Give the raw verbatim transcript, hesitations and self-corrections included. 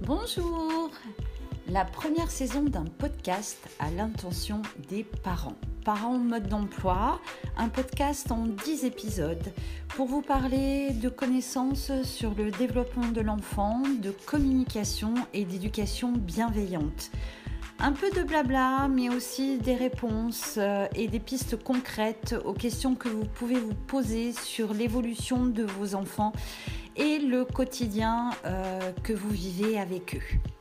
Bonjour! La première saison d'un podcast à l'intention des parents. Parents en mode d'emploi, un podcast en dix épisodes pour vous parler de connaissances sur le développement de l'enfant, de communication et d'éducation bienveillante. Un peu de blabla, mais aussi des réponses et des pistes concrètes aux questions que vous pouvez vous poser sur l'évolution de vos enfants et le quotidien euh, que vous vivez avec eux.